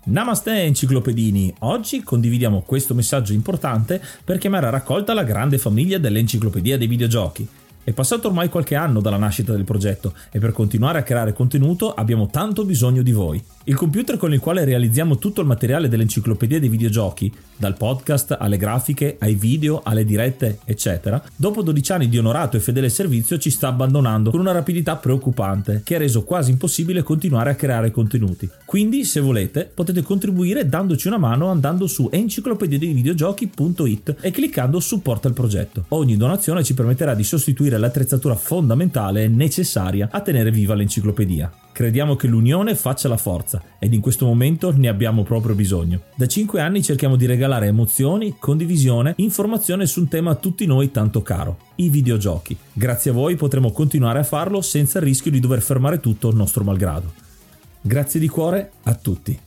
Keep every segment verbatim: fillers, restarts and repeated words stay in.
Namaste enciclopedini, oggi condividiamo questo messaggio importante per chiamare a raccolta la grande famiglia dell'Enciclopedia dei Videogiochi. È passato ormai qualche anno dalla nascita del progetto e per continuare a creare contenuto abbiamo tanto bisogno di voi. Il computer con il quale realizziamo tutto il materiale dell'Enciclopedia dei Videogiochi, dal podcast alle grafiche, ai video, alle dirette, eccetera, dopo dodici anni di onorato e fedele servizio ci sta abbandonando con una rapidità preoccupante che ha reso quasi impossibile continuare a creare contenuti. Quindi, se volete, potete contribuire dandoci una mano andando su enciclopedia dei videogiochi punto it e cliccando supporta il progetto. Ogni donazione ci permetterà di sostituire l'attrezzatura fondamentale e necessaria a tenere viva l'enciclopedia. Crediamo che l'unione faccia la forza ed in questo momento ne abbiamo proprio bisogno. Da cinque anni cerchiamo di regalare emozioni, condivisione, informazione su un tema a tutti noi tanto caro, i videogiochi. Grazie a voi potremo continuare a farlo senza il rischio di dover fermare tutto nostro malgrado. Grazie di cuore a tutti.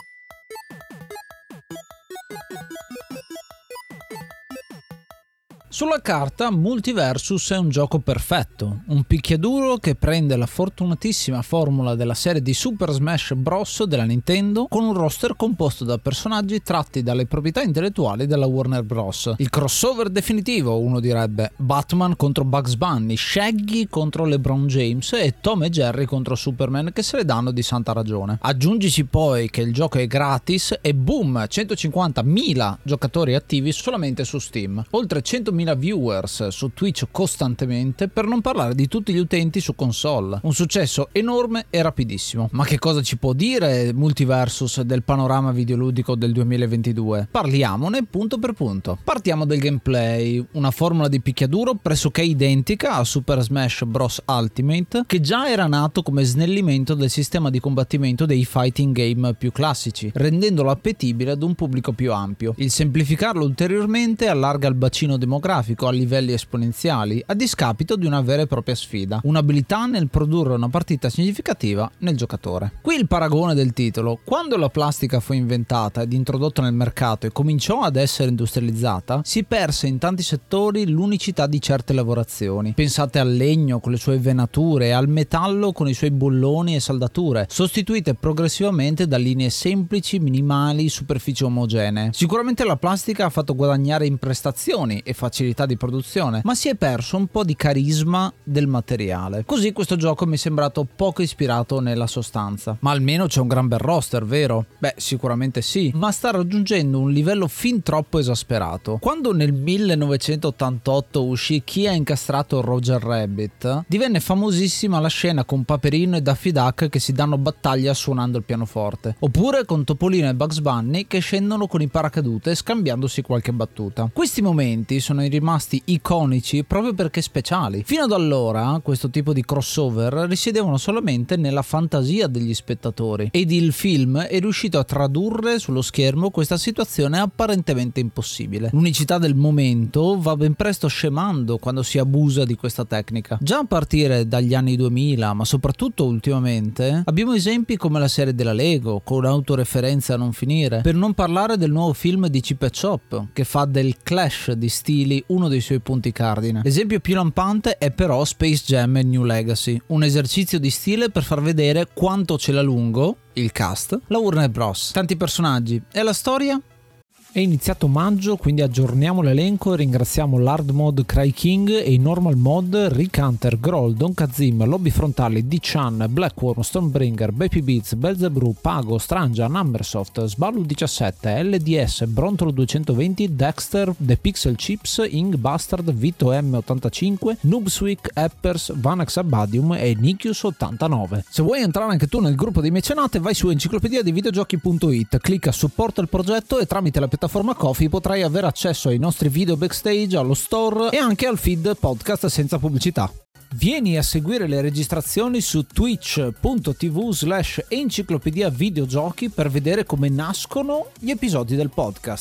Sulla carta Multiversus è un gioco perfetto, un picchiaduro che prende la fortunatissima formula della serie di Super Smash Bros. Della Nintendo con un roster composto da personaggi tratti dalle proprietà intellettuali della Warner Bros. Il crossover definitivo, uno direbbe: Batman contro Bugs Bunny, Shaggy contro LeBron James e Tom e Jerry contro Superman, che se le danno di santa ragione. Aggiungici poi che il gioco è gratis e boom, centocinquantamila giocatori attivi solamente su Steam, oltre centomila viewers su Twitch costantemente, per non parlare di tutti gli utenti su console. Un successo enorme e rapidissimo. Ma che cosa ci può dire Multiversus del panorama videoludico del duemilaventidue? Parliamone punto per punto. Partiamo del gameplay, una formula di picchiaduro pressoché identica a Super Smash Bros. Ultimate, che già era nato come snellimento del sistema di combattimento dei fighting game più classici, rendendolo appetibile ad un pubblico più ampio. Il semplificarlo ulteriormente allarga il bacino demografico a livelli esponenziali, a discapito di una vera e propria sfida, un'abilità nel produrre una partita significativa nel giocatore. Qui il paragone del titolo: quando la plastica fu inventata ed introdotta nel mercato e cominciò ad essere industrializzata, si perse in tanti settori l'unicità di certe lavorazioni. Pensate al legno con le sue venature e al metallo con i suoi bulloni e saldature, sostituite progressivamente da linee semplici, minimali, superfici omogenee. Sicuramente la plastica ha fatto guadagnare in prestazioni e facilità di produzione, ma si è perso un po' di carisma del materiale. Così questo gioco mi è sembrato poco ispirato nella sostanza. Ma almeno c'è un gran bel roster, vero? Beh, sicuramente sì, ma sta raggiungendo un livello fin troppo esasperato. Quando nel millenovecentottantotto uscì Chi ha incastrato Roger Rabbit, divenne famosissima la scena con Paperino e Daffy Duck che si danno battaglia suonando il pianoforte, oppure con Topolino e Bugs Bunny che scendono con i paracadute scambiandosi qualche battuta. Questi momenti sono rimasti iconici proprio perché speciali. Fino ad allora questo tipo di crossover risiedevano solamente nella fantasia degli spettatori ed il film è riuscito a tradurre sullo schermo questa situazione apparentemente impossibile. L'unicità del momento va ben presto scemando quando si abusa di questa tecnica. Già a partire dagli anni duemila, ma soprattutto ultimamente, abbiamo esempi come la serie della Lego con autoreferenze a non finire, per non parlare del nuovo film di Chip e Chop che fa del clash di stili uno dei suoi punti cardine. L'esempio più lampante è però Space Jam e New Legacy, un esercizio di stile per far vedere quanto ce l'ha lungo il cast, la Warner Bros. Tanti personaggi e la storia? È iniziato maggio, quindi aggiorniamo l'elenco e ringraziamo l'hard mod Cry King e i normal mod Rick Hunter, Groll, Don Kazim, Lobby Frontali, D-Chan, Blackworm, Stonebringer, Baby Beats, Belzebrew, Pago, Strangia, Numbersoft, Sballu diciassette, L D S, Brontolo duecentoventi, Dexter, The Pixel Chips, Ing Bastard, Vito M ottantacinque, Noobswick, Eppers, Vanax Abadium e Nikius ottantanove. Se vuoi entrare anche tu nel gruppo dei mecenate, vai su enciclopedia dei videogiochi punto it, clicca supporta il progetto e tramite la piattaforma Ko-fi potrai avere accesso ai nostri video backstage, allo store e anche al feed podcast senza pubblicità. Vieni a seguire le registrazioni su twitch punto tv slash enciclopedia videogiochi per vedere come nascono gli episodi del podcast.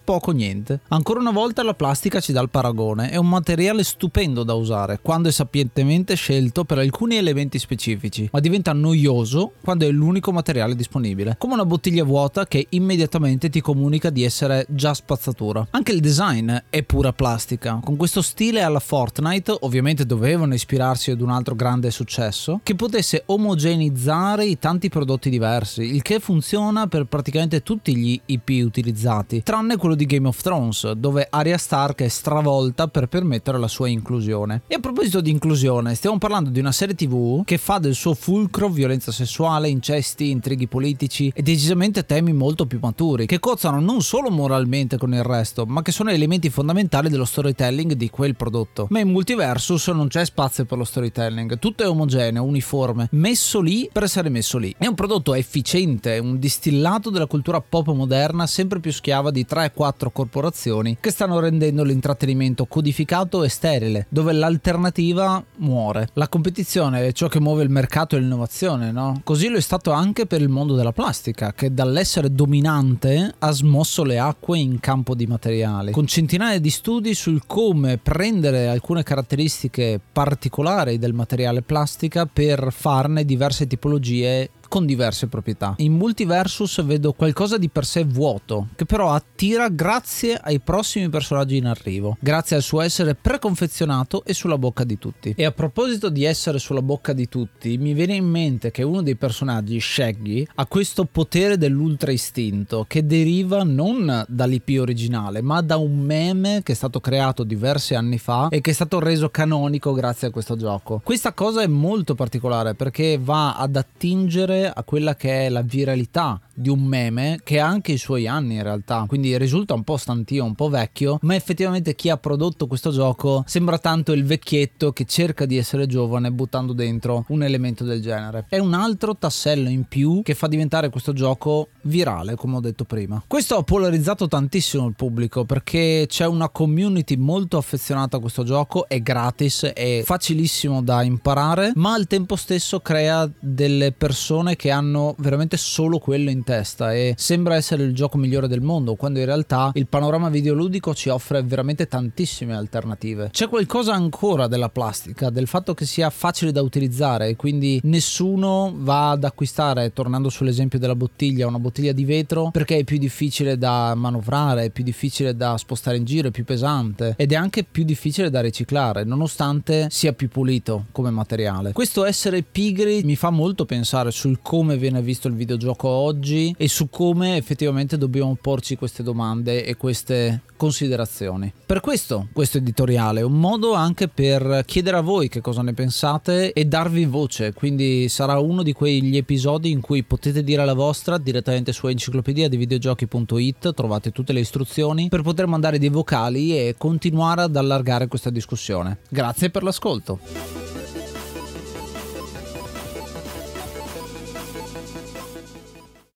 poco niente. Ancora una volta la plastica ci dà il paragone, è un materiale stupendo da usare quando è sapientemente scelto per alcuni elementi specifici, ma diventa noioso quando è l'unico materiale disponibile, come una bottiglia vuota che immediatamente ti comunica di essere già spazzatura. Anche il design è pura plastica, con questo stile alla Fortnite. Ovviamente dovevano ispirarsi ad un altro grande successo che potesse omogeneizzare i tanti prodotti diversi, il che funziona per praticamente tutti gli I P utilizzati, tranne quello di Game of Thrones, dove Arya Stark è stravolta per permettere la sua inclusione. E a proposito di inclusione, stiamo parlando di una serie tivù che fa del suo fulcro violenza sessuale, incesti, intrighi politici e decisamente temi molto più maturi, che cozzano non solo moralmente con il resto, ma che sono elementi fondamentali dello storytelling di quel prodotto. Ma in Multiversus non c'è spazio per lo storytelling, tutto è omogeneo, uniforme, messo lì per essere messo lì. È un prodotto efficiente, un distillato della cultura pop moderna, sempre più schiava di tre quattro corporazioni che stanno rendendo l'intrattenimento codificato e sterile, dove l'alternativa muore. La competizione è ciò che muove il mercato e l'innovazione, no? Così lo è stato anche per il mondo della plastica, che dall'essere dominante ha smosso le acque in campo di materiali, con centinaia di studi sul come prendere alcune caratteristiche particolari del materiale plastica per farne diverse tipologie con diverse proprietà. In Multiversus vedo qualcosa di per sé vuoto, che però attira grazie ai prossimi personaggi in arrivo, grazie al suo essere preconfezionato e sulla bocca di tutti. E a proposito di essere sulla bocca di tutti, mi viene in mente che uno dei personaggi, Shaggy, ha questo potere dell'ultra istinto che deriva non dall'I P originale, ma da un meme che è stato creato diversi anni fa e che è stato reso canonico grazie a questo gioco. Questa cosa è molto particolare perché va ad attingere a quella che è la viralità di un meme che ha anche i suoi anni in realtà, quindi risulta un po' stantio, un po' vecchio, ma effettivamente chi ha prodotto questo gioco sembra tanto il vecchietto che cerca di essere giovane buttando dentro un elemento del genere. È un altro tassello in più che fa diventare questo gioco virale, come ho detto prima. Questo ha polarizzato tantissimo il pubblico perché c'è una community molto affezionata a questo gioco, è gratis, è facilissimo da imparare, ma al tempo stesso crea delle persone che hanno veramente solo quello in testa e sembra essere il gioco migliore del mondo, quando in realtà il panorama videoludico ci offre veramente tantissime alternative. C'è qualcosa ancora della plastica, del fatto che sia facile da utilizzare e quindi nessuno va ad acquistare, tornando sull'esempio della bottiglia, una bottiglia di vetro perché è più difficile da manovrare, è più difficile da spostare in giro, è più pesante ed è anche più difficile da riciclare, nonostante sia più pulito come materiale. Questo essere pigri mi fa molto pensare sul come viene visto il videogioco oggi e su come effettivamente dobbiamo porci queste domande e queste considerazioni. Per questo questo editoriale è un modo anche per chiedere a voi che cosa ne pensate e darvi voce, quindi sarà uno di quegli episodi in cui potete dire la vostra direttamente su enciclopedia di videogiochi punto it, trovate tutte le istruzioni per poter mandare dei vocali e continuare ad allargare questa discussione. Grazie per l'ascolto.